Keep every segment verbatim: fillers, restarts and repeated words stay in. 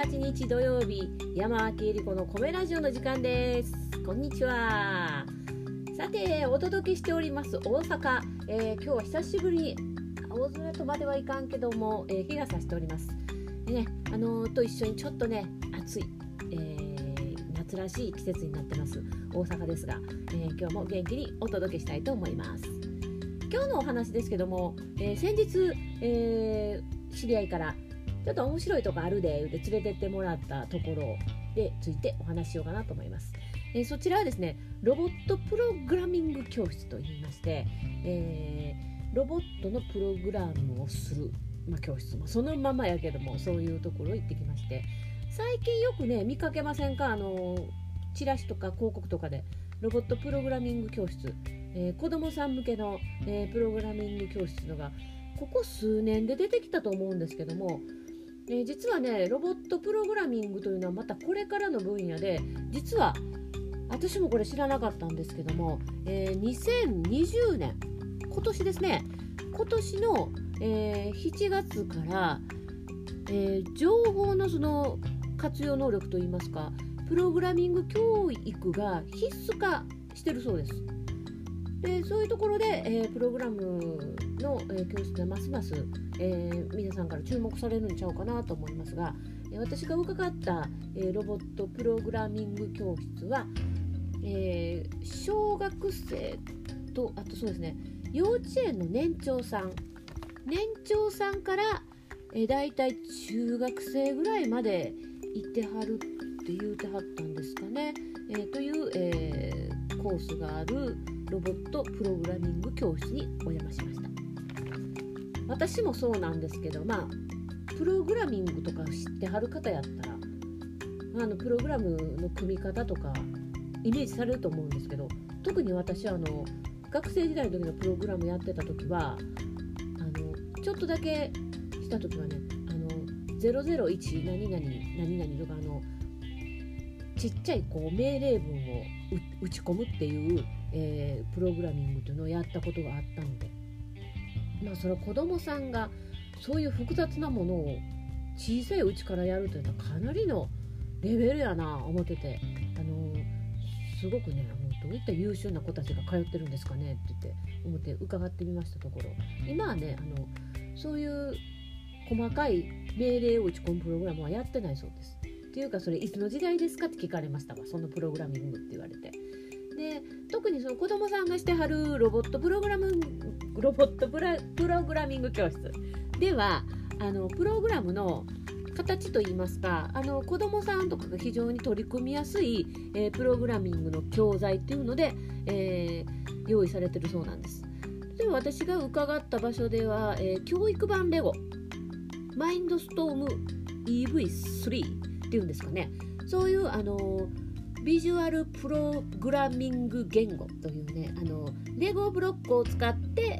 はちにち土曜日、山脇えり子の米ラジオの時間です。こんにちは。さて、お届けしております大阪、えー、今日は久しぶりに青空とまではいかんけども、えー、日が差しております。でね、あのー、と一緒にちょっとね暑い、えー、夏らしい季節になってます大阪ですが、えー、今日も元気にお届けしたいと思います。今日のお話ですけども、えー、先日、えー、知り合いからちょっと面白いとこあるでで連れてってもらったところでついてお話ししようかなと思います。えー、そちらはですね、ロボットプログラミング教室といいまして、えー、ロボットのプログラムをする、まあ、教室、まあ、そのままやけどもそういうところ行ってきまして、最近よくね見かけませんか？あのチラシとか広告とかでロボットプログラミング教室、えー、子どもさん向けの、えー、プログラミング教室のがここ数年で出てきたと思うんですけども、えー、実はねロボットプログラミングというのはまたこれからの分野で、実は私もこれ知らなかったんですけども、えー、にせんにじゅうねん今年ですね、今年の、えー、しちがつから、えー、情報のその活用能力といいますかプログラミング教育が必須化してるそうです。でそういうところで、えー、プログラムの、えー、教室でますます、えー、皆さんから注目されるんちゃうかなと思いますが、えー、私が伺った、えー、ロボットプログラミング教室は、えー、小学生とあとそうですね幼稚園の年長さん年長さんから、えー、だいたい中学生ぐらいまで行ってはるって言うてはったんですかね、えー、という、えー、コースがあるロボットプログラミング教室にお邪魔しました。私もそうなんですけど、まあプログラミングとか知ってはる方やったらあのプログラムの組み方とかイメージされると思うんですけど、特に私はあの学生時代の時のプログラムやってた時はあのちょっとだけした時はねあのゼロゼロいち何々何々とかあのちっちゃいこう命令文を打ち込むっていう、えー、プログラミングというのをやったことがあったので、まあその子供さんがそういう複雑なものを小さいうちからやるというのはかなりのレベルやな思ってて、あのー、すごくねあのどういった優秀な子たちが通ってるんですかねって言って思って伺ってみましたところ、今はねあのそういう細かい命令を打ち込むプログラムはやってないそうです。っていうかそれいつの時代ですかって聞かれましたわ、そのプログラミングって言われて。で特にその子供さんがしてはるロボットプログラムロボットプラプログラミング教室ではあのプログラムの形といいますかあの子供さんとかが非常に取り組みやすい、えー、プログラミングの教材っていうので、えー、用意されてるそうなんです。例えば私が伺った場所では、えー、教育版レゴマインドストーム イーブイスリー っていうんですかね、そういうあのビジュアルプログラミング言語というねあのレゴブロックを使って、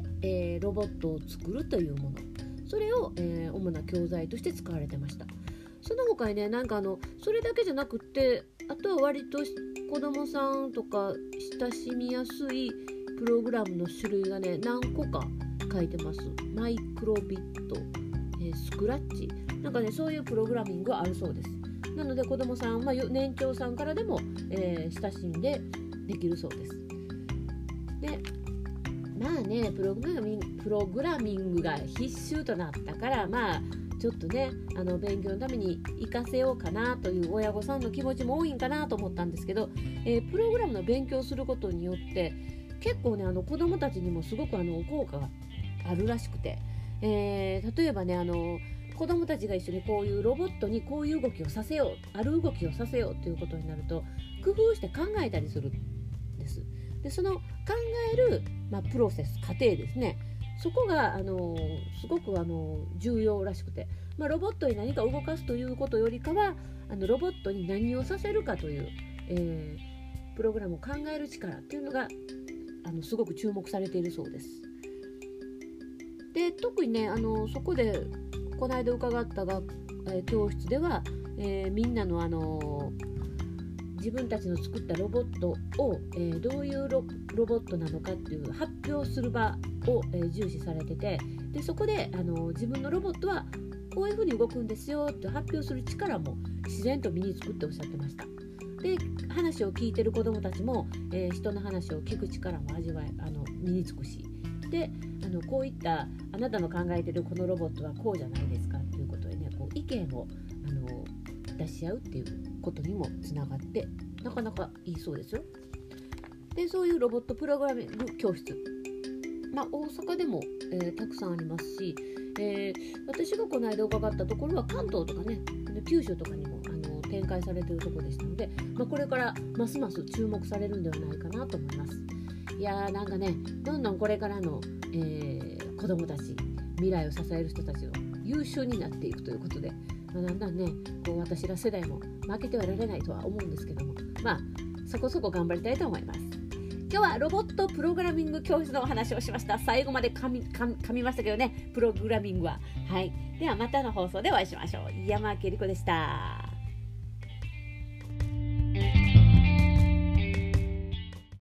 えー、ロボットを作るというもの、それを、えー、主な教材として使われてました。その他にねなんかあのそれだけじゃなくってあとは割と子どもさんとか親しみやすいプログラムの種類がね何個か書いてます。マイクロビット、えー、スクラッチなんかねそういうプログラミングがあるそうです。なので子どもさん、まあ、年長さんからでも、えー、親しんでできるそうです。でまあねプログラミング、プログラミングが必修となったからまあちょっとねあの勉強のために活かせようかなという親御さんの気持ちも多いんかなと思ったんですけど、えー、プログラムの勉強をすることによって結構ねあの子どもたちにもすごくあの効果があるらしくて、えー、例えばねあの子どもたちが一緒にこういうロボットにこういう動きをさせようある動きをさせようということになると工夫して考えたりするんです。でその考える、まあ、プロセス過程ですね、そこがあのすごくあの重要らしくて、まあ、ロボットに何か動かすということよりかはあのロボットに何をさせるかという、えー、プログラムを考える力というのがあのすごく注目されているそうです。で特にねあのそこでこの間伺ったが、えー、教室では、えー、みんなの、あのー、自分たちの作ったロボットを、えー、どういう ロ, ロボットなのかっていう発表する場を、えー、重視されてて、でそこで、あのー、自分のロボットはこういうふうに動くんですよって発表する力も、 自然と身につくっておっしゃってました。で話を聞いてる子どもたちも、えー、人の話を聞く力も味わえあの身につくし、であのこういったあなたの考えてるこのロボットはこうじゃないですかっていうことでね、こう意見をあの出し合うっていうことにもつながってなかなかいいそうですよ。でそういうロボットプログラミング教室、まあ、大阪でも、えー、たくさんありますし、えー、私がこの間伺ったところは関東とかね、九州とかにもあの展開されているところでしたので、まあ、これからますます注目されるんではないかなと思います。いやーなんかね、どんどんこれからの、えー、子どもたち、未来を支える人たちの優秀になっていくということで、まあ、だんだんねこう私ら世代も負けてはられないとは思うんですけども、まあそこそこ頑張りたいと思います。今日はロボットプログラミング教室のお話をしました。最後まで噛み、噛み、噛みましたけどね、プログラミングは。はい。ではまたの放送でお会いしましょう。山明理子でした。